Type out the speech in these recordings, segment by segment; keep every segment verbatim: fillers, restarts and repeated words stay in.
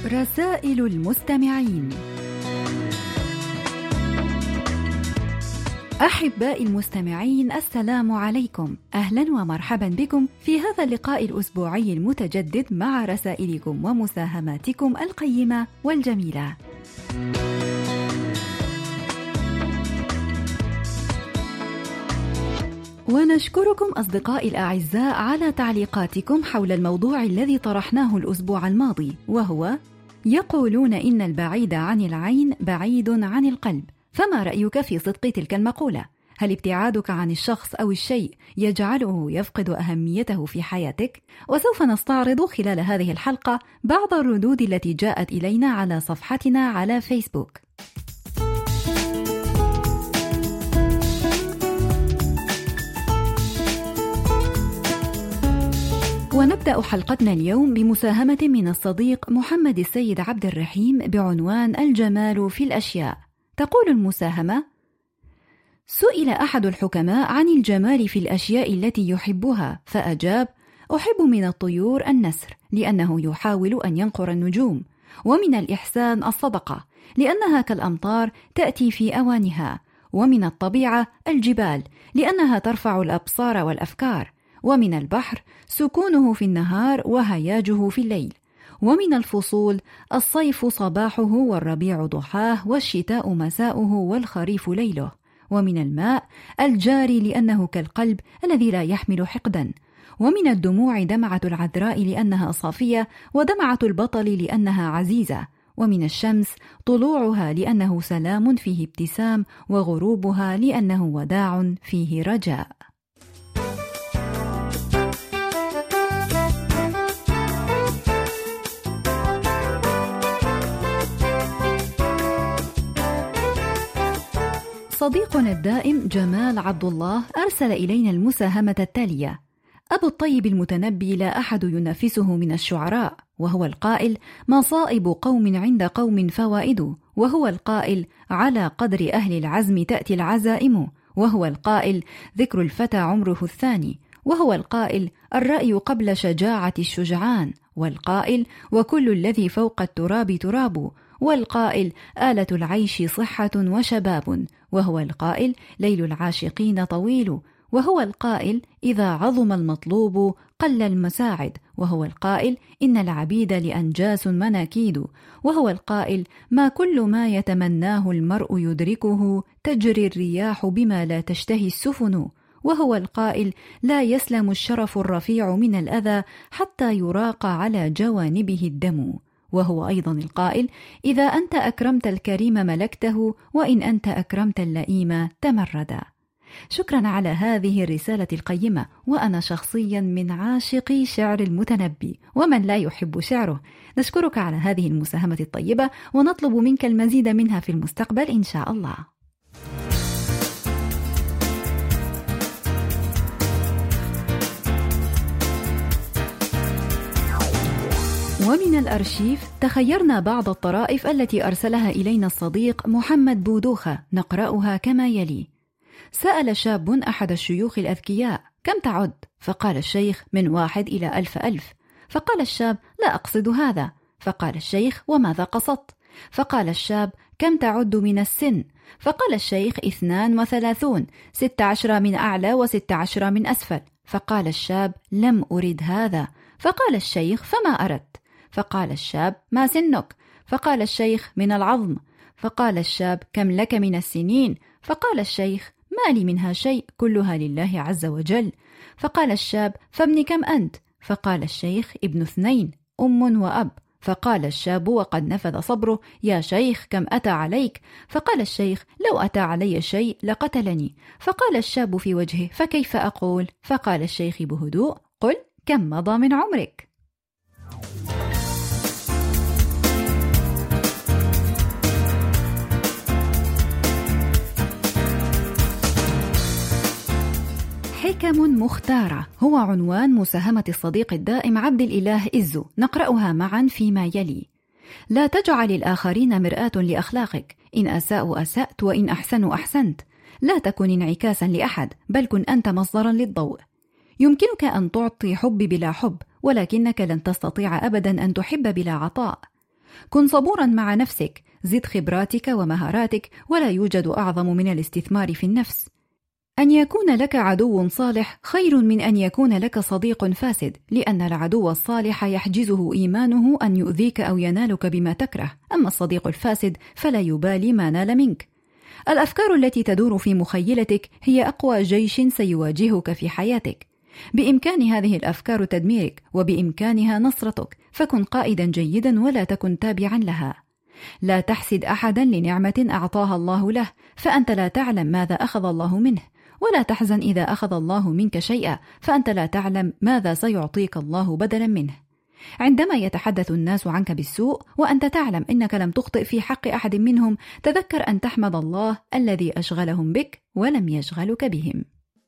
رسائل المستمعين. أحبائي المستمعين، السلام عليكم، أهلا ومرحبا بكم في هذا اللقاء الأسبوعي المتجدد مع رسائلكم ومساهماتكم القيمة والجميلة. ونشكركم أصدقائي الأعزاء على تعليقاتكم حول الموضوع الذي طرحناه الأسبوع الماضي، وهو يقولون إن البعيد عن العين بعيد عن القلب. فما رأيك في صدق تلك المقولة؟ هل ابتعادك عن الشخص أو الشيء يجعله يفقد أهميته في حياتك؟ وسوف نستعرض خلال هذه الحلقة بعض الردود التي جاءت إلينا على صفحتنا على فيسبوك. ونبدأ حلقتنا اليوم بمساهمة من الصديق محمد السيد عبد الرحيم بعنوان الجمال في الأشياء. تقول المساهمة: سئل أحد الحكماء عن الجمال في الأشياء التي يحبها، فأجاب: أحب من الطيور النسر لأنه يحاول أن ينقر النجوم، ومن الإحسان الصدقة لأنها كالأمطار تأتي في أوانها، ومن الطبيعة الجبال لأنها ترفع الأبصار والأفكار، ومن البحر سكونه في النهار وهياجه في الليل، ومن الفصول الصيف صباحه والربيع ضحاه والشتاء مساؤه والخريف ليله، ومن الماء الجاري لأنه كالقلب الذي لا يحمل حقدا، ومن الدموع دمعة العذراء لأنها صافية، ودمعة البطل لأنها عزيزة، ومن الشمس طلوعها لأنه سلام فيه ابتسام، وغروبها لأنه وداع فيه رجاء. صديقنا الدائم جمال عبد الله أرسل إلينا المساهمة التالية: أبو الطيب المتنبي لا أحد ينافسه من الشعراء، وهو القائل: مصائب قوم عند قوم فوائد، وهو القائل: على قدر أهل العزم تأتي العزائم، وهو القائل: ذكر الفتى عمره الثاني، وهو القائل: الرأي قبل شجاعة الشجعان، والقائل: وكل الذي فوق التراب تراب، والقائل: آلة العيش صحة وشباب، وهو القائل: ليل العاشقين طويل، وهو القائل: إذا عظم المطلوب قل المساعد، وهو القائل: إن العبيد لأنجاس مناكيد، وهو القائل: ما كل ما يتمناه المرء يدركه، تجري الرياح بما لا تشتهي السفن، وهو القائل: لا يسلم الشرف الرفيع من الأذى حتى يراق على جوانبه الدم، وهو أيضا القائل: إذا أنت أكرمت الكريم ملكته، وإن أنت أكرمت اللئيم تمردا. شكرا على هذه الرسالة القيمة، وأنا شخصيا من عاشقي شعر المتنبي، ومن لا يحب شعره. نشكرك على هذه المساهمة الطيبة، ونطلب منك المزيد منها في المستقبل إن شاء الله. ومن الأرشيف تخيرنا بعض الطرائف التي أرسلها إلينا الصديق محمد بودوخة، نقرأها كما يلي: سأل شاب أحد الشيوخ الأذكياء: كم تعد؟ فقال الشيخ: من واحد إلى ألف ألف. فقال الشاب: لا أقصد هذا. فقال الشيخ: وماذا قصدت؟ فقال الشاب: كم تعد من السن؟ فقال الشيخ: اثنان وثلاثون، ست عشر من أعلى وست عشر من أسفل. فقال الشاب: لم أرد هذا. فقال الشيخ: فما أردت؟ فقال الشاب: ما سنك؟ فقال الشيخ: من العظم. فقال الشاب: كم لك من السنين؟ فقال الشيخ: ما لي منها شيء، كلها لله عز وجل. فقال الشاب: فابن كم أنت؟ فقال الشيخ: ابن اثنين، أم وأب. فقال الشاب وقد نفذ صبره: يا شيخ كم أتى عليك؟ فقال الشيخ: لو أتى علي شيء لقتلني. فقال الشاب في وجهه: فكيف أقول؟ فقال الشيخ بهدوء: قل كم مضى من عمرك. حكم مختارة هو عنوان مساهمة الصديق الدائم عبد الإله إزو، نقرأها معا فيما يلي: لا تجعل الآخرين مرآة لأخلاقك، إن أساءوا أسأت وإن أحسنوا أحسنت. لا تكن انعكاسا لأحد، بل كن أنت مصدرا للضوء. يمكنك أن تعطي حب بلا حب، ولكنك لن تستطيع أبدا أن تحب بلا عطاء. كن صبورا مع نفسك، زد خبراتك ومهاراتك، ولا يوجد أعظم من الاستثمار في النفس. أن يكون لك عدو صالح خير من أن يكون لك صديق فاسد، لأن العدو الصالح يحجزه إيمانه أن يؤذيك أو ينالك بما تكره، أما الصديق الفاسد فلا يبالي ما نال منك. الأفكار التي تدور في مخيلتك هي أقوى جيش سيواجهك في حياتك. بإمكان هذه الأفكار تدميرك، وبإمكانها نصرتك، فكن قائدا جيدا ولا تكن تابعا لها. لا تحسد أحدا لنعمة أعطاها الله له، فأنت لا تعلم ماذا أخذ الله منه، ولا تحزن إذا أخذ الله منك شيئا، فأنت لا تعلم ماذا سيعطيك الله بدلا منه. عندما يتحدث الناس عنك بالسوء وأنت تعلم أنك لم تخطئ في حق أحد منهم، تذكر أن تحمد الله الذي أشغلهم بك ولم يشغلك بهم.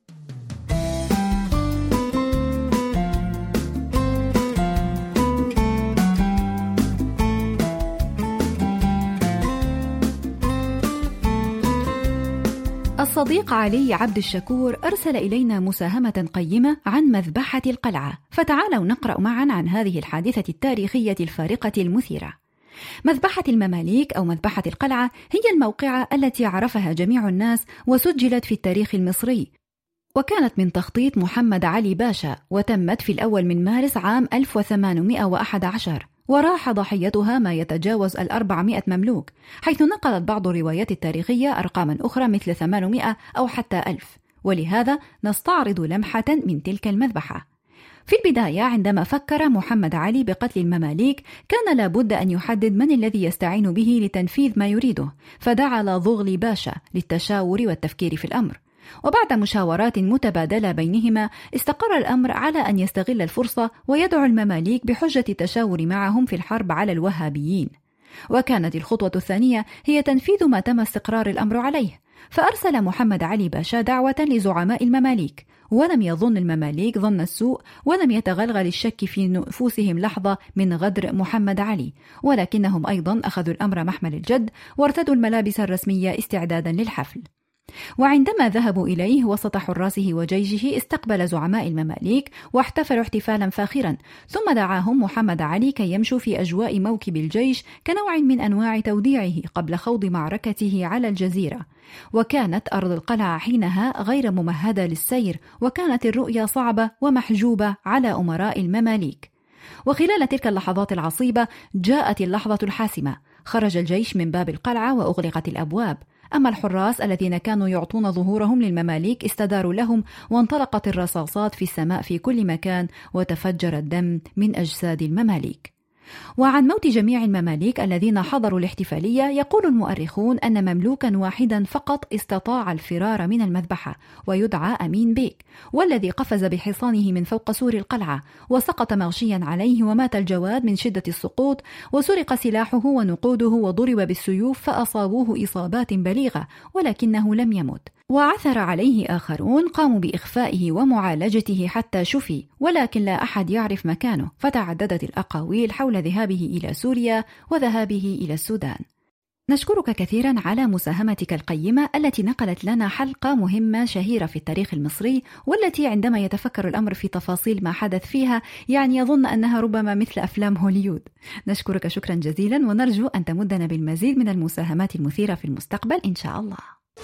الصديق علي عبد الشكور أرسل إلينا مساهمة قيمة عن مذبحة القلعة، فتعالوا نقرأ معا عن هذه الحادثة التاريخية الفارقة المثيرة. مذبحة المماليك أو مذبحة القلعة هي الموقعة التي عرفها جميع الناس وسجلت في التاريخ المصري، وكانت من تخطيط محمد علي باشا، وتمت في الأول من مارس عام ألف وثمانمائة وأحد عشر، وراح ضحيتها ما يتجاوز الأربعمائة مملوك، حيث نقلت بعض الروايات التاريخية أرقاما أخرى مثل ثمانمائة أو حتى ألف، ولهذا نستعرض لمحة من تلك المذبحة. في البداية عندما فكر محمد علي بقتل المماليك كان لابد أن يحدد من الذي يستعين به لتنفيذ ما يريده، فدعا لظغلي باشا للتشاور والتفكير في الأمر، وبعد مشاورات متبادلة بينهما استقر الأمر على أن يستغل الفرصة ويدعو المماليك بحجة التشاور معهم في الحرب على الوهابيين. وكانت الخطوة الثانية هي تنفيذ ما تم استقرار الأمر عليه، فأرسل محمد علي باشا دعوة لزعماء المماليك، ولم يظن المماليك ظن السوء، ولم يتغلغل الشك في نفوسهم لحظة من غدر محمد علي، ولكنهم أيضا أخذوا الأمر محمل الجد وارتدوا الملابس الرسمية استعدادا للحفل. وعندما ذهبوا إليه وسط حراسه وجيشه استقبل زعماء المماليك واحتفلوا احتفالا فاخرا، ثم دعاهم محمد علي كي يمشوا في أجواء موكب الجيش كنوع من أنواع توديعه قبل خوض معركته على الجزيرة. وكانت أرض القلعة حينها غير ممهدة للسير، وكانت الرؤية صعبة ومحجوبة على أمراء المماليك. وخلال تلك اللحظات العصيبة جاءت اللحظة الحاسمة، خرج الجيش من باب القلعة وأغلقت الأبواب، أما الحراس الذين كانوا يعطون ظهورهم للمماليك استداروا لهم، وانطلقت الرصاصات في السماء في كل مكان، وتفجر الدم من أجساد المماليك. وعن موت جميع المماليك الذين حضروا الاحتفالية يقول المؤرخون أن مملوكا واحدا فقط استطاع الفرار من المذبحة، ويدعى أمين بيك، والذي قفز بحصانه من فوق سور القلعة وسقط مغشيا عليه، ومات الجواد من شدة السقوط، وسرق سلاحه ونقوده وضرب بالسيوف فأصابوه إصابات بليغة ولكنه لم يمت. وعثر عليه آخرون قاموا بإخفائه ومعالجته حتى شفي، ولكن لا أحد يعرف مكانه، فتعددت الأقاويل حول ذهابه إلى سوريا وذهابه إلى السودان. نشكرك كثيرا على مساهمتك القيمة التي نقلت لنا حلقة مهمة شهيرة في التاريخ المصري، والتي عندما يتفكر الأمر في تفاصيل ما حدث فيها يعني يظن أنها ربما مثل أفلام هوليود. نشكرك شكرا جزيلا، ونرجو أن تمدنا بالمزيد من المساهمات المثيرة في المستقبل إن شاء الله.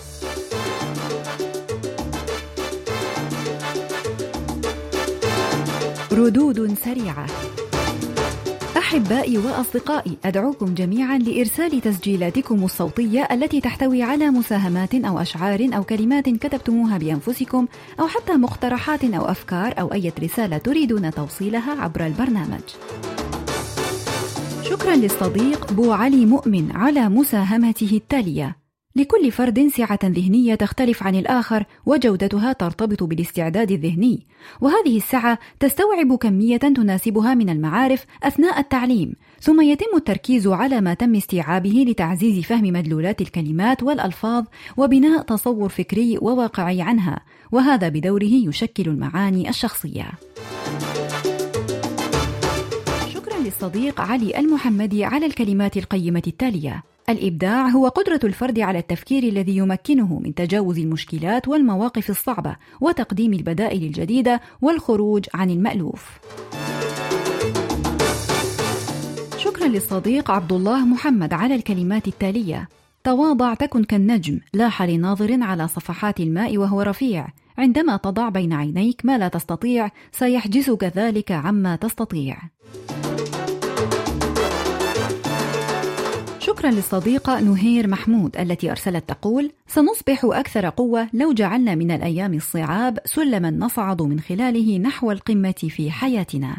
ردود سريعة. أحبائي وأصدقائي، أدعوكم جميعا لإرسال تسجيلاتكم الصوتية التي تحتوي على مساهمات أو أشعار أو كلمات كتبتموها بأنفسكم، أو حتى مقترحات أو أفكار أو أي رسالة تريدون توصيلها عبر البرنامج. شكرا للصديق بو علي مؤمن على مساهمته التالية: لكل فرد سعة ذهنية تختلف عن الآخر، وجودتها ترتبط بالاستعداد الذهني، وهذه السعة تستوعب كمية تناسبها من المعارف أثناء التعليم، ثم يتم التركيز على ما تم استيعابه لتعزيز فهم مدلولات الكلمات والألفاظ وبناء تصور فكري وواقعي عنها، وهذا بدوره يشكل المعاني الشخصية. شكرا للصديق علي المحمدي على الكلمات القيمة التالية: الإبداع هو قدرة الفرد على التفكير الذي يمكنه من تجاوز المشكلات والمواقف الصعبة وتقديم البدائل الجديدة والخروج عن المألوف. شكرا شكرا للصديق عبد الله محمد على الكلمات التالية: تواضع تكن كالنجم، لاح لناظر على صفحات الماء وهو رفيع، عندما تضع بين عينيك ما لا تستطيع سيحجزك ذلك عما تستطيع. شكرا للصديقة نهير محمود التي أرسلت تقول: سنصبح أكثر قوة لو جعلنا من الأيام الصعاب سلما نصعد من خلاله نحو القمة في حياتنا.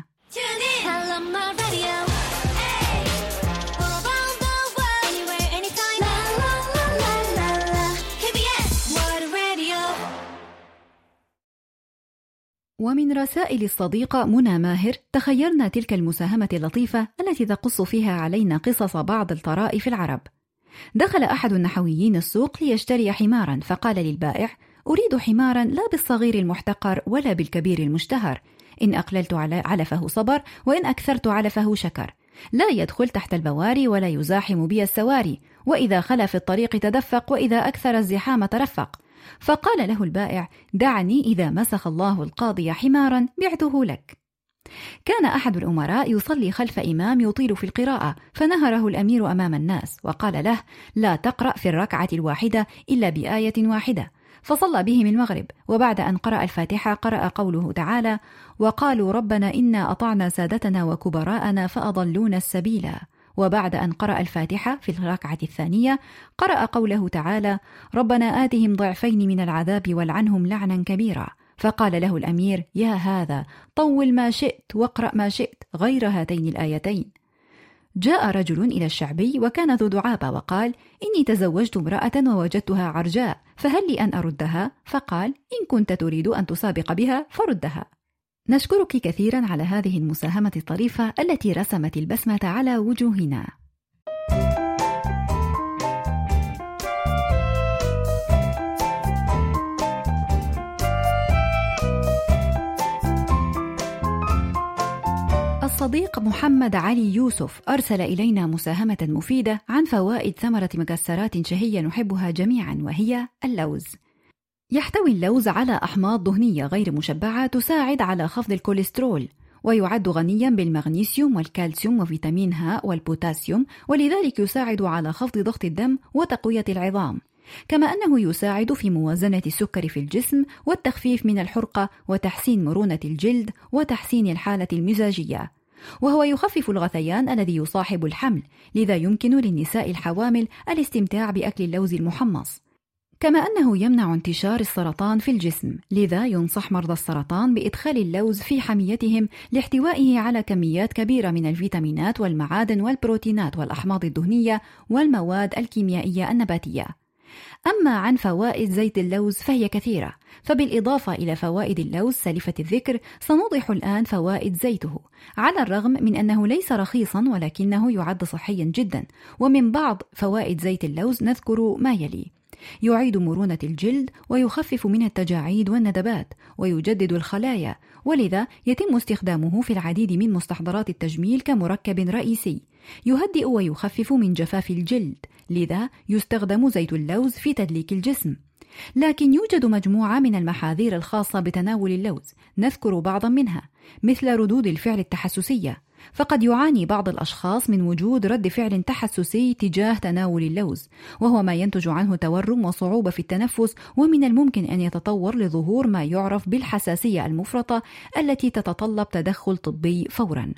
ومن رسائل الصديقة منى ماهر: تخيرنا تلك المساهمة اللطيفة التي تقص فيها علينا قصص بعض الطرائف العرب. دخل أحد النحويين السوق ليشتري حمارا، فقال للبائع: أريد حمارا لا بالصغير المحتقر ولا بالكبير المشتهر، إن أقللت علفه صبر وإن أكثرت علفه شكر، لا يدخل تحت البواري ولا يزاحم بي السواري، وإذا خلا في الطريق تدفق وإذا أكثر الزحام ترفق. فقال له البائع: دعني إذا مسخ الله القاضي حمارا بعته لك. كان أحد الأمراء يصلي خلف إمام يطيل في القراءة، فنهره الأمير أمام الناس وقال له: لا تقرأ في الركعة الواحدة إلا بآية واحدة. فصلى بهم المغرب، وبعد أن قرأ الفاتحة قرأ قوله تعالى: وقالوا ربنا إنا أطعنا سادتنا وكبراءنا فأضلونا السبيل. وبعد أن قرأ الفاتحة في الركعة الثانية قرأ قوله تعالى: ربنا آتهم ضعفين من العذاب والعنهم لعنا كبيرا. فقال له الأمير: يا هذا طول ما شئت واقرأ ما شئت غير هاتين الآيتين. جاء رجل إلى الشعبي وكان ذو دعابة وقال: إني تزوجت امرأة ووجدتها عرجاء، فهل لي أن أردها؟ فقال: إن كنت تريد أن تسابق بها فردها. نشكرك كثيرا على هذه المساهمة الطريفة التي رسمت البسمة على وجوهنا. الصديق محمد علي يوسف أرسل إلينا مساهمة مفيدة عن فوائد ثمرة مكسرات شهية نحبها جميعا، وهي اللوز. يحتوي اللوز على أحماض دهنية غير مشبعة تساعد على خفض الكوليسترول، ويعد غنيا بالمغنيسيوم والكالسيوم وفيتامين ه والبوتاسيوم، ولذلك يساعد على خفض ضغط الدم وتقوية العظام، كما أنه يساعد في موازنة السكر في الجسم والتخفيف من الحرقة وتحسين مرونة الجلد وتحسين الحالة المزاجية، وهو يخفف الغثيان الذي يصاحب الحمل، لذا يمكن للنساء الحوامل الاستمتاع بأكل اللوز المحمص، كما أنه يمنع انتشار السرطان في الجسم، لذا ينصح مرضى السرطان بإدخال اللوز في حميتهم لاحتوائه على كميات كبيرة من الفيتامينات والمعادن والبروتينات والأحماض الدهنية والمواد الكيميائية النباتية. أما عن فوائد زيت اللوز فهي كثيرة، فبالإضافة إلى فوائد اللوز سلفة الذكر سنوضح الآن فوائد زيته، على الرغم من أنه ليس رخيصا ولكنه يعد صحيا جدا. ومن بعض فوائد زيت اللوز نذكر ما يلي: يعيد مرونة الجلد ويخفف من التجاعيد والندبات ويجدد الخلايا، ولذا يتم استخدامه في العديد من مستحضرات التجميل كمركب رئيسي. يهدئ ويخفف من جفاف الجلد، لذا يستخدم زيت اللوز في تدليك الجسم. لكن يوجد مجموعة من المحاذير الخاصة بتناول اللوز، نذكر بعضا منها، مثل ردود الفعل التحسسية، فقد يعاني بعض الأشخاص من وجود رد فعل تحسسي تجاه تناول اللوز، وهو ما ينتج عنه تورم وصعوبة في التنفس، ومن الممكن أن يتطور لظهور ما يعرف بالحساسية المفرطة التي تتطلب تدخل طبي فورا.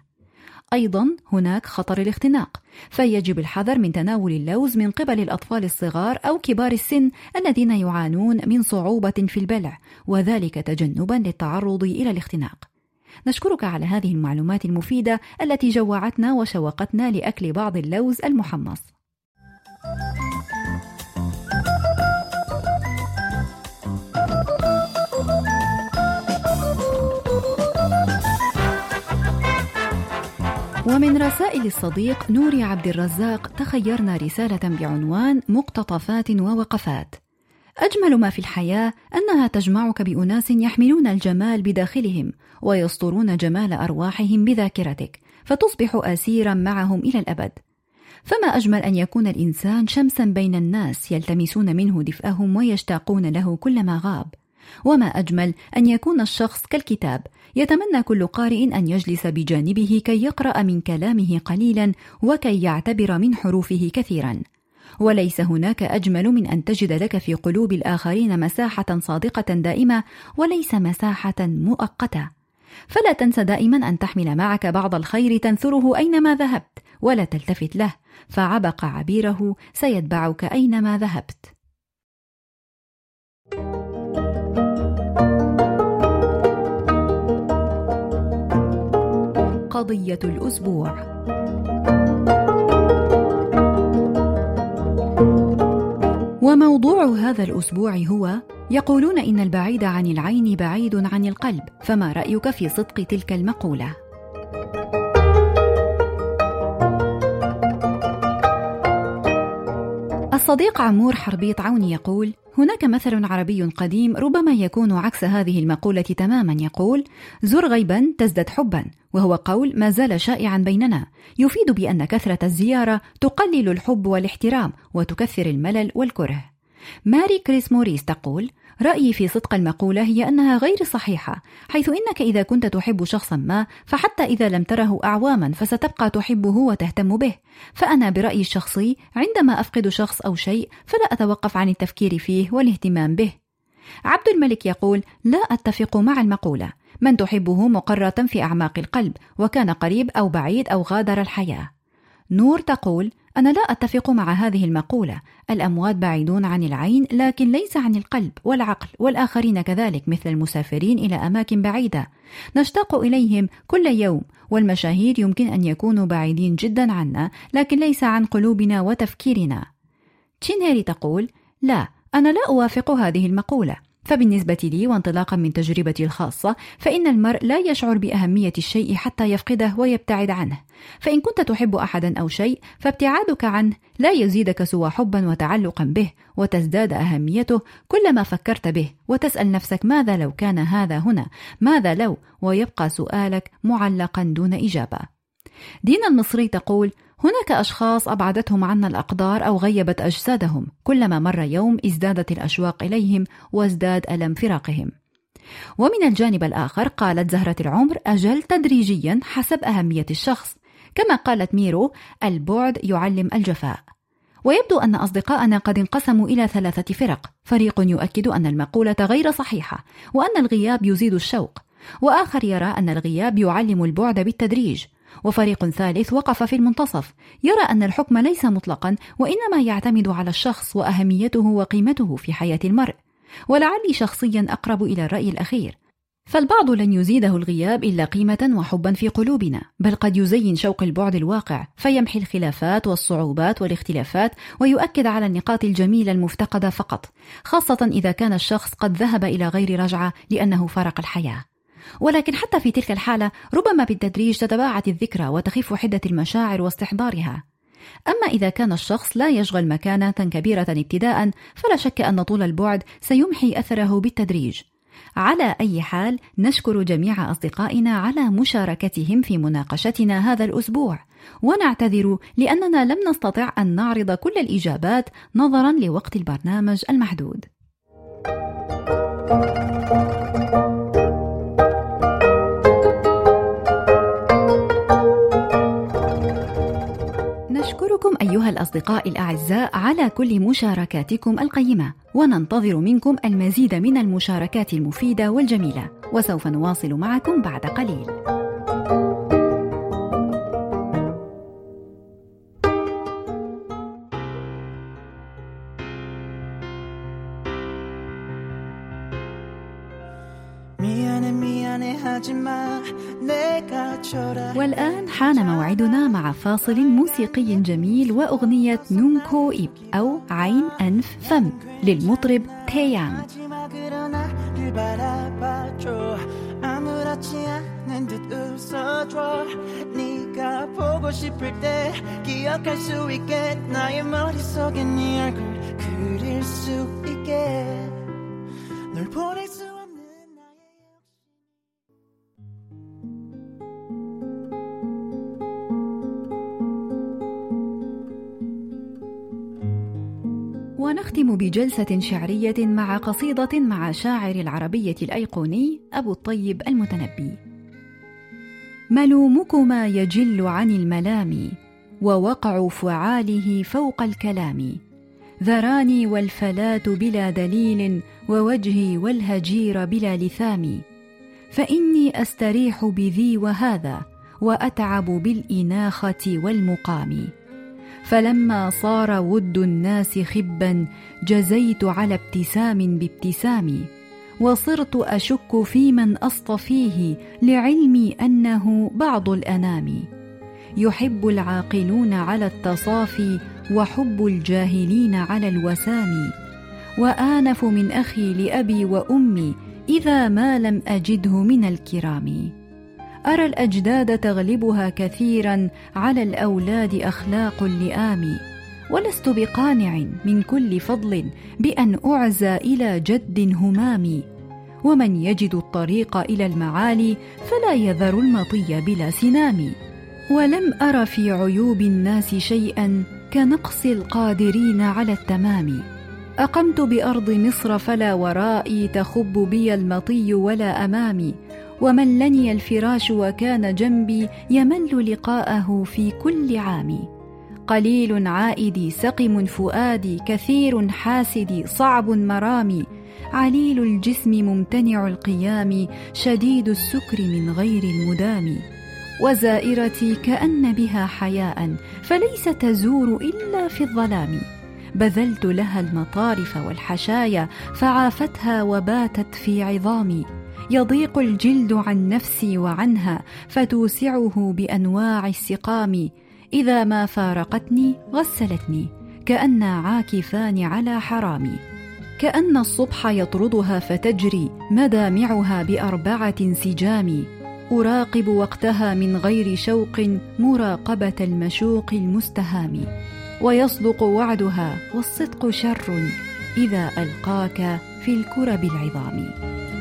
أيضا هناك خطر الاختناق، فيجب الحذر من تناول اللوز من قبل الأطفال الصغار أو كبار السن الذين يعانون من صعوبة في البلع، وذلك تجنبا للتعرض إلى الاختناق. نشكرك على هذه المعلومات المفيدة التي جوعتنا وشوقتنا لأكل بعض اللوز المحمص. ومن رسائل الصديق نوري عبد الرزاق تخيرنا رسالة بعنوان مقتطفات ووقفات. أجمل ما في الحياة أنها تجمعك بأناس يحملون الجمال بداخلهم ويسطرون جمال أرواحهم بذاكرتك، فتصبح أسيرا معهم إلى الأبد. فما أجمل أن يكون الإنسان شمسا بين الناس يلتمسون منه دفئهم ويشتاقون له كلما غاب. وما أجمل أن يكون الشخص كالكتاب، يتمنى كل قارئ أن يجلس بجانبه كي يقرأ من كلامه قليلا وكي يعتبر من حروفه كثيرا. وليس هناك أجمل من أن تجد لك في قلوب الآخرين مساحة صادقة دائمة وليس مساحة مؤقتة. فلا تنس دائما أن تحمل معك بعض الخير تنثره أينما ذهبت، ولا تلتفت له، فعبق عبيره سيتبعك أينما ذهبت. قضية الأسبوع. وموضوع هذا الأسبوع هو: يقولون إن البعيد عن العين بعيد عن القلب، فما رأيك في صدق تلك المقولة؟ الصديق عمور حربيط عوني يقول: هناك مثل عربي قديم ربما يكون عكس هذه المقولة تماما، يقول: زر غيبا تزدد حبا، وهو قول ما زال شائعا بيننا، يفيد بأن كثرة الزيارة تقلل الحب والاحترام وتكثر الملل والكره. ماري كريس موريس تقول: رأيي في صدق المقولة هي أنها غير صحيحة، حيث إنك إذا كنت تحب شخصا ما فحتى إذا لم تره أعواما فستبقى تحبه وتهتم به. فأنا برأيي الشخصي عندما أفقد شخص أو شيء فلا أتوقف عن التفكير فيه والاهتمام به. عبد الملك يقول: لا أتفق مع المقولة، من تحبه مقرة في أعماق القلب، وكان قريب أو بعيد أو غادر الحياة. نور تقول: أنا لا أتفق مع هذه المقولة، الأموات بعيدون عن العين لكن ليس عن القلب والعقل، والآخرين كذلك مثل المسافرين إلى أماكن بعيدة نشتاق إليهم كل يوم، والمشاهير يمكن أن يكونوا بعيدين جدا عنا لكن ليس عن قلوبنا وتفكيرنا. تشينهيري تقول: لا، أنا لا أوافق هذه المقولة، فبالنسبة لي وانطلاقا من تجربتي الخاصة فإن المرء لا يشعر بأهمية الشيء حتى يفقده ويبتعد عنه، فإن كنت تحب أحدا أو شيء فابتعادك عنه لا يزيدك سوى حبا وتعلقا به، وتزداد أهميته كلما فكرت به وتسأل نفسك ماذا لو كان هذا هنا، ماذا لو، ويبقى سؤالك معلقا دون إجابة. دينا المصري تقول: هناك أشخاص أبعدتهم عنا الأقدار أو غيبت أجسادهم، كلما مر يوم ازدادت الأشواق إليهم وازداد ألم فراقهم. ومن الجانب الآخر قالت زهرة العمر: أجل تدريجيا حسب أهمية الشخص، كما قالت ميرو: البعد يعلم الجفاء. ويبدو أن أصدقائنا قد انقسموا إلى ثلاثة فرق، فريق يؤكد أن المقولة غير صحيحة وأن الغياب يزيد الشوق، وآخر يرى أن الغياب يعلم البعد بالتدريج، وفريق ثالث وقف في المنتصف يرى أن الحكم ليس مطلقا وإنما يعتمد على الشخص وأهميته وقيمته في حياة المرء. ولعلي شخصيا أقرب إلى الرأي الأخير، فالبعض لن يزيده الغياب إلا قيمة وحبا في قلوبنا، بل قد يزين شوق البعد الواقع فيمحي الخلافات والصعوبات والاختلافات ويؤكد على النقاط الجميلة المفتقدة فقط، خاصة إذا كان الشخص قد ذهب إلى غير رجعة لأنه فارق الحياة. ولكن حتى في تلك الحالة ربما بالتدريج تتباعد الذكرى وتخف حدة المشاعر واستحضارها. أما إذا كان الشخص لا يشغل مكانة كبيرة ابتداء فلا شك أن طول البعد سيمحي أثره بالتدريج. على أي حال، نشكر جميع أصدقائنا على مشاركتهم في مناقشتنا هذا الأسبوع، ونعتذر لأننا لم نستطع أن نعرض كل الإجابات نظرا لوقت البرنامج المحدود. نشكركم أيها الأصدقاء الأعزاء على كل مشاركاتكم القيمة، وننتظر منكم المزيد من المشاركات المفيدة والجميلة، وسوف نواصل معكم بعد قليل. والآن حان موعدنا مع فاصل موسيقي جميل وأغنية نونكو إيب أو عين أنف فم للمطرب تيانغ. ونختم بجلسة شعرية مع قصيدة مع شاعر العربية الأيقوني أبو الطيب المتنبي. ملومكما يجل عن الملام، ووقع فعاله فوق الكلام. ذراني والفلات بلا دليل، ووجهي والهجير بلا لثام. فإني أستريح بذي وهذا، وأتعب بالإناخة والمقام. فلما صار ود الناس خبا، جزيت على ابتسام بابتسام. وصرت أشك في من أصطفيه، لعلمي أنه بعض الأنام. يحب العاقلون على التصافي، وحب الجاهلين على الوسام. وآنف من أخي لأبي وأمي، إذا ما لم أجده من الكرام. أرى الأجداد تغلبها كثيرا على الأولاد أخلاق اللئام. ولست بقانع من كل فضل بأن أعزى إلى جد همام. ومن يجد الطريق إلى المعالي، فلا يذر المطي بلا سنام. ولم أر في عيوب الناس شيئا كنقص القادرين على التمام. أقمت بأرض مصر فلا ورائي، تخب بي المطي ولا أمامي. وملني الفراش وكان جنبي، يمل لقاءه في كل عام. قليل عائدي سقم فؤادي، كثير حاسدي صعب مرامي. عليل الجسم ممتنع القيام، شديد السكر من غير المدام. وزائرتي كأن بها حياء، فليس تزور إلا في الظلام. بذلت لها المطارف والحشايا، فعافتها وباتت في عظامي. يضيق الجلد عن نفسي وعنها، فتوسعه بأنواع السقام. إذا ما فارقتني غسلتني، كأن عاكفان على حرام. كأن الصبح يطردها فتجري، مدامعها بأربعة انسجام. أراقب وقتها من غير شوق، مراقبة المشوق المستهام. ويصدق وعدها والصدق شر، إذا ألقاك في الكرب العظام.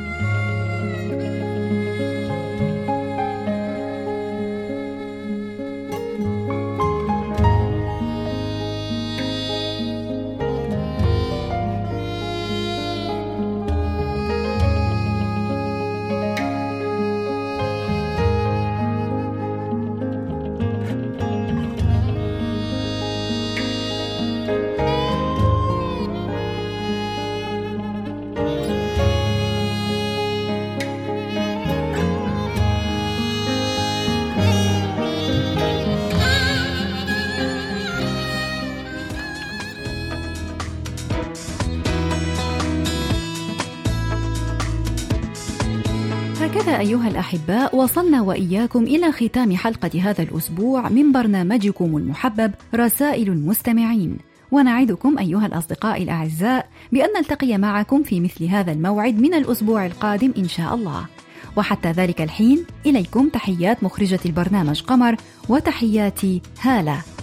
هكذا أيها الأحباء وصلنا وإياكم إلى ختام حلقة هذا الأسبوع من برنامجكم المحبب رسائل المستمعين، ونعدكم أيها الأصدقاء الأعزاء بأن نلتقي معكم في مثل هذا الموعد من الأسبوع القادم إن شاء الله. وحتى ذلك الحين إليكم تحيات مخرجة البرنامج قمر، وتحياتي هالة.